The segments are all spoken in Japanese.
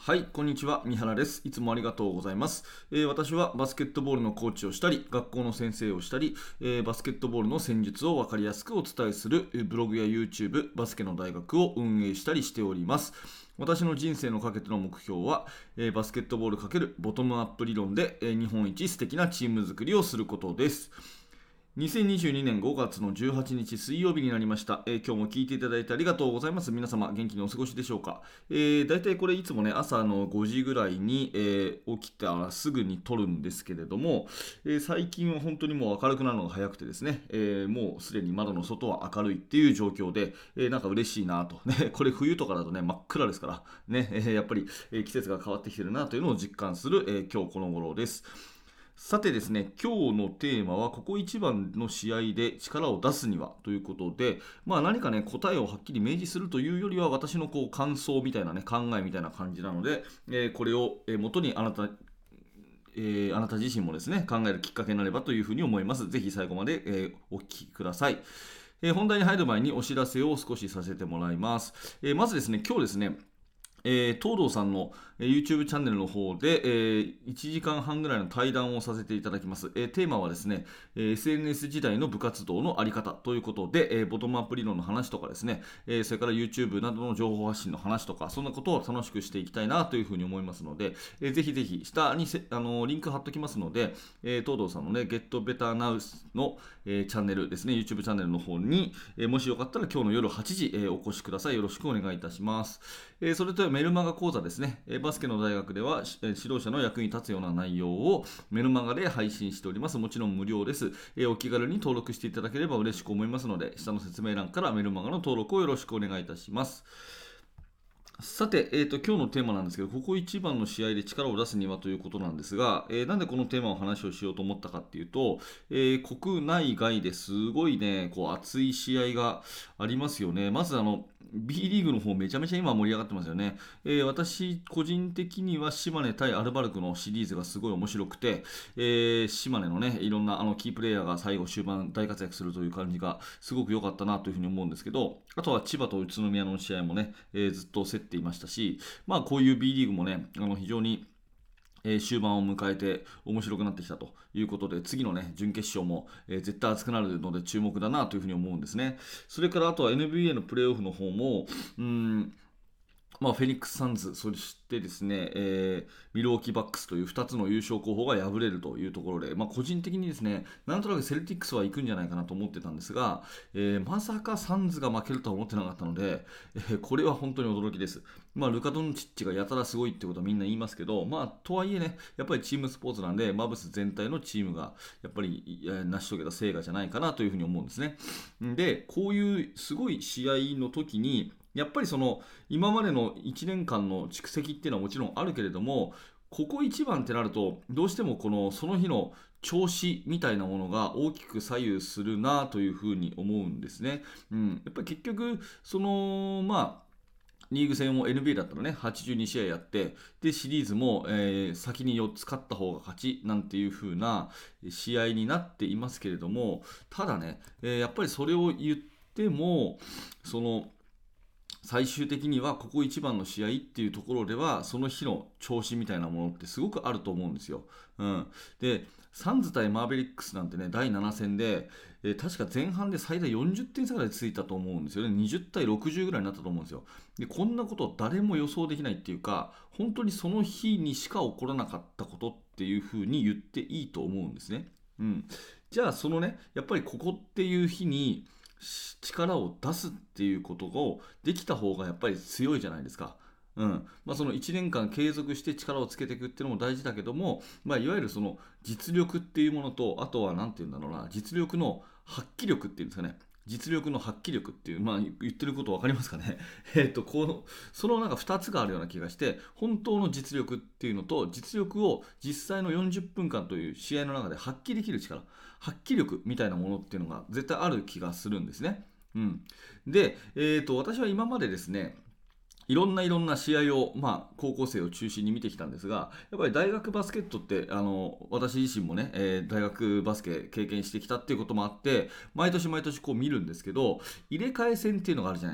はい、こんにちは。三原です。いつもありがとうございます。私はバスケットボールのコーチをしたり、学校の先生をしたり、バスケットボールの戦術を分かりやすくお伝えするブログや YouTube、バスケの大学を運営したりしております。私の人生のかけての目標は、バスケットボール×ボトムアップ理論で、日本一素敵なチーム作りをすることです。2022年5月の18日水曜日になりました。今日も聞いていただいてありがとうございます。皆様元気にお過ごしでしょうか。だいたいこれいつもね朝の5時ぐらいに、起きたらすぐに撮るんですけれども、最近は本当にもう明るくなるのが早くてですね、もうすでに窓の外は明るいっていう状況で、なんか嬉しいなと、ね、これ冬とかだとね真っ暗ですからね、やっぱり、季節が変わってきてるなというのを実感する、今日この頃です。さてですね、今日のテーマは、ここ一番の試合で力を出すにはということで、何かね、答えをはっきり明示するというよりは、私の感想みたいなね、考えみたいな感じなので、これを元にあなた自身もですね、考えるきっかけになればというふうに思います。ぜひ最後まで、お聞きください。本題に入る前にお知らせを少しさせてもらいます。まずですね、今日ですね、東堂さんのYouTube チャンネルの方で、1時間半ぐらいの対談をさせていただきます。テーマはですね、SNS 時代の部活動のあり方ということで、ボトムアップ理論の話とかですね、それから YouTube などの情報発信の話とか、そんなことを楽しくしていきたいなというふうに思いますので、ぜひぜひ下にリンク貼っておきますので、東堂さんのね、Get Better Now の、チャンネルですね、YouTube チャンネルの方に、もしよかったら今日の夜8時、お越しください。よろしくお願いいたします。それとメルマガ講座ですね。バスケの大学では指導者の役に立つような内容をメルマガで配信しております。もちろん無料です。お気軽に登録していただければ嬉しく思いますので、下の説明欄からメルマガの登録をよろしくお願いいたします。さて、今日のテーマなんですけど、ここ一番の試合で力を出すにはということなんですが、なんでこのテーマを話をしようと思ったかっていうと、国内外ですごいね、熱い試合がありますよね。まずB リーグの方めちゃめちゃ今盛り上がってますよね。私個人的には島根対アルバルクのシリーズがすごい面白くて、島根のねいろんなキープレイヤーが最後終盤大活躍するという感じがすごく良かったなというふうに思うんですけど、あとは千葉と宇都宮の試合もね、ずっと競っていましたし、こういう B リーグもね非常に終盤を迎えて面白くなってきたということで、次のね準決勝も、絶対熱くなるので注目だなというふうに思うんですね。それからあとは NBA のプレーオフの方もフェニックス・サンズ、そしてですね、ミルウォーキー・バックスという2つの優勝候補が敗れるというところで、個人的にですね、なんとなくセルティックスは行くんじゃないかなと思ってたんですが、まさかサンズが負けるとは思ってなかったので、これは本当に驚きです。ルカ・ドンチッチがやたらすごいってことはみんな言いますけど、とはいえね、やっぱりチームスポーツなんで、マブス全体のチームがやっぱり成し遂げた成果じゃないかなというふうに思うんですね。で、こういうすごい試合の時に、やっぱり今までの1年間の蓄積っていうのはもちろんあるけれども、ここ一番ってなるとどうしてもその日の調子みたいなものが大きく左右するなというふうに思うんですね。やっぱり結局リーグ戦を NBA だったらね82試合やって、でシリーズも、先に4つ勝った方が勝ちなんていう風な試合になっていますけれども、ただね、やっぱりそれを言っても最終的にはここ一番の試合っていうところではその日の調子みたいなものってすごくあると思うんですよ。でサンズ対マーベリックスなんてね第7戦で、確か前半で最大40点差ぐらいついたと思うんですよね。20対60ぐらいになったと思うんですよ。でこんなことを誰も予想できないっていうか、本当にその日にしか起こらなかったことっていうふうに言っていいと思うんですね。じゃあやっぱりここっていう日に力を出すっていうことをできた方がやっぱり強いじゃないですか。その1年間継続して力をつけていくっていうのも大事だけども、いわゆるその実力っていうものと、あとは何て言うんだろうな、実力の発揮力っていうんですかね。実力の発揮力っていう、言ってること分かりますかね。そのなんか2つがあるような気がして、本当の実力っていうのと、実力を実際の40分間という試合の中で発揮できる力、発揮力みたいなものっていうのが絶対ある気がするんですね。で、私は今までですね、いろんな試合を、高校生を中心に見てきたんですが、やっぱり大学バスケットって私自身もね、大学バスケ経験してきたっていうこともあって、毎年毎年見るんですけど、入れ替え戦っていうのがあるじゃないですか。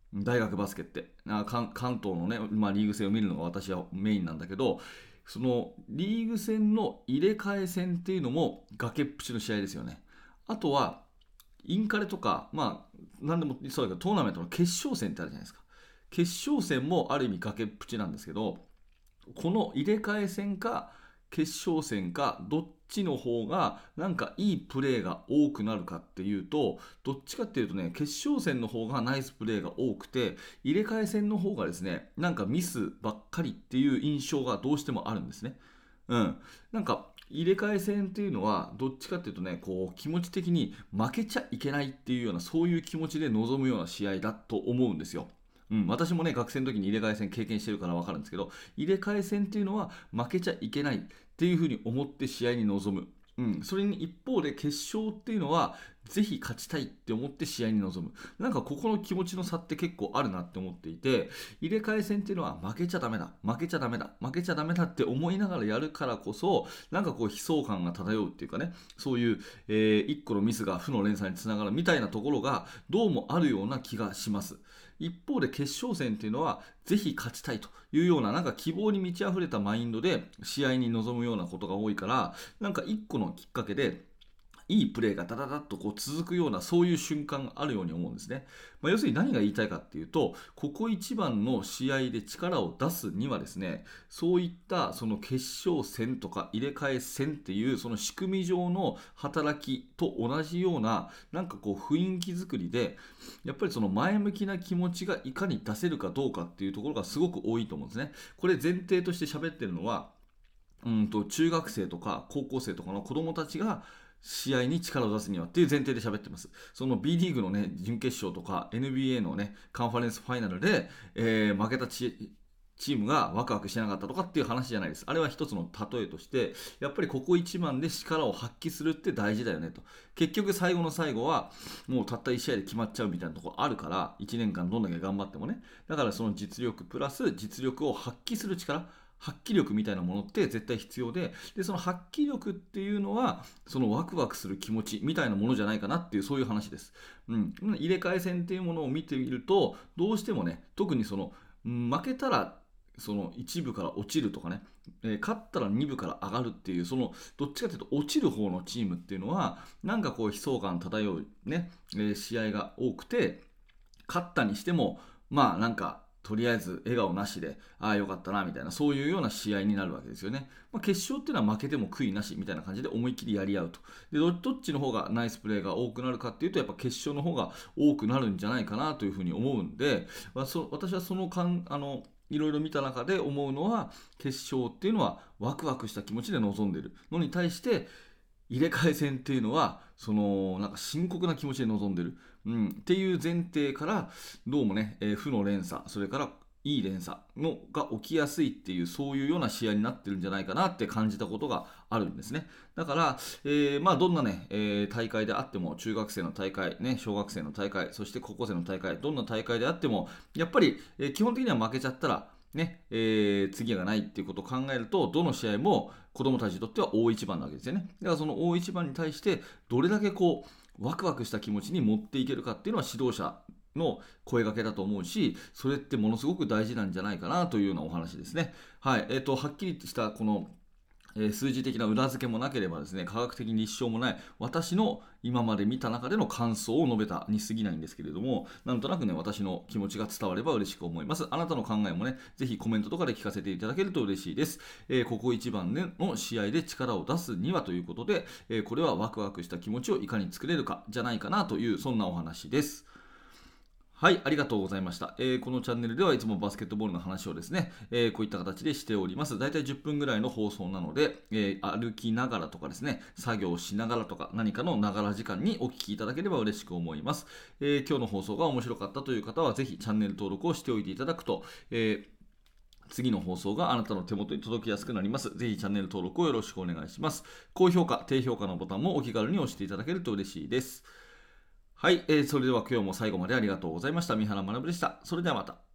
大学バスケって関東のね、リーグ戦を見るのが私はメインなんだけど、そのリーグ戦の入れ替え戦っていうのも崖っぷちの試合ですよね。あとはインカレとか、何でもそうだけどトーナメントの決勝戦ってあるじゃないですか。決勝戦もある意味崖っぷちなんですけど、この入れ替え戦か決勝戦かどっちの方がなんかいいプレーが多くなるかっていうと、どっちかっていうとね、決勝戦の方がナイスプレーが多くて、入れ替え戦の方がですね、なんかミスばっかりっていう印象がどうしてもあるんですね。なんか入れ替え戦っていうのはどっちかっていうとね、こう気持ち的に負けちゃいけないっていうような、そういう気持ちで臨むような試合だと思うんですよ。私もね、学生の時に入れ替え戦経験してるから分かるんですけど、入れ替え戦っていうのは負けちゃいけないっていうふうに思って試合に臨む。それに一方で決勝っていうのはぜひ勝ちたいって思って試合に臨む。なんかここの気持ちの差って結構あるなって思っていて、入れ替え戦っていうのは負けちゃダメだ、負けちゃダメだ、負けちゃダメだって思いながらやるからこそ、なんかこう悲壮感が漂うっていうかね、そういう、一個のミスが負の連鎖につながるみたいなところがどうもあるような気がします。一方で決勝戦っていうのはぜひ勝ちたいというような、なんか希望に満ち溢れたマインドで試合に臨むようなことが多いから、なんか一個のきっかけでいいプレーがダダダッとこう続くような、そういう瞬間があるように思うんですね。要するに何が言いたいかっていうと、ここ一番の試合で力を出すにはですね、そういったその決勝戦とか入れ替え戦っていうその仕組み上の働きと同じような、なんかこう雰囲気作りで、やっぱりその前向きな気持ちがいかに出せるかどうかっていうところがすごく多いと思うんですね。これ前提として喋ってるのは、中学生とか高校生とかの子供たちが試合に力を出すにはっていう前提で喋ってます。その B リーグのね、準決勝とか NBA のね、カンファレンスファイナルで、負けたチームがワクワクしなかったとかっていう話じゃないです。あれは一つの例えとして、やっぱりここ一番で力を発揮するって大事だよねと。結局最後の最後はもうたった1試合で決まっちゃうみたいなところあるから、1年間どんだけ頑張ってもね。だからその実力プラス実力を発揮する力、発揮力みたいなものって絶対必要で、その発揮力っていうのはそのワクワクする気持ちみたいなものじゃないかなっていう、そういう話です。入れ替え戦っていうものを見てみると、どうしてもね、特にその負けたらその1部から落ちるとかね、勝ったら2部から上がるっていう、そのどっちかというと落ちる方のチームっていうのはなんかこう悲壮感漂うね、試合が多くて、勝ったにしてもなんかとりあえず笑顔なしで、ああよかったなみたいな、そういうような試合になるわけですよね。決勝っていうのは負けても悔いなしみたいな感じで思いっきりやり合うと。でどっちの方がナイスプレーが多くなるかっていうと、やっぱ決勝の方が多くなるんじゃないかなというふうに思うんで、私はそのいろいろ見た中で思うのは、決勝っていうのはワクワクした気持ちで臨んでいるのに対して、入れ替え戦っていうのはそのなんか深刻な気持ちで臨んでる、っていう前提から、どうもね、負の連鎖、それからいい連鎖のが起きやすいっていう、そういうような試合になってるんじゃないかなって感じたことがあるんですね。だから、どんなね、大会であっても、中学生の大会、ね、小学生の大会、そして高校生の大会、どんな大会であってもやっぱり、基本的には負けちゃったらね、次がないっていうことを考えると、どの試合も子供たちにとっては大一番なわけですよね。だからその大一番に対してどれだけこうワクワクした気持ちに持っていけるかっていうのは指導者の声掛けだと思うし、それってものすごく大事なんじゃないかなというようなお話ですね。はい、はっきりしたこの数字的な裏付けもなければですね、科学的に立証もない私の今まで見た中での感想を述べたに過ぎないんですけれども、なんとなくね、私の気持ちが伝われば嬉しく思います。あなたの考えもね、ぜひコメントとかで聞かせていただけると嬉しいです。ここ一番の試合で力を出すにはということで、これはワクワクした気持ちをいかに作れるかじゃないかなという、そんなお話です。はい、ありがとうございました。このチャンネルではいつもバスケットボールの話をですね、こういった形でしております。だいたい10分ぐらいの放送なので、歩きながらとかですね、作業しながらとか、何かのながら時間にお聞きいただければ嬉しく思います。今日の放送が面白かったという方は、ぜひチャンネル登録をしておいていただくと、次の放送があなたの手元に届きやすくなります。ぜひチャンネル登録をよろしくお願いします。高評価、低評価のボタンもお気軽に押していただけると嬉しいです。はい、それでは今日も最後までありがとうございました。三原学でした。それではまた。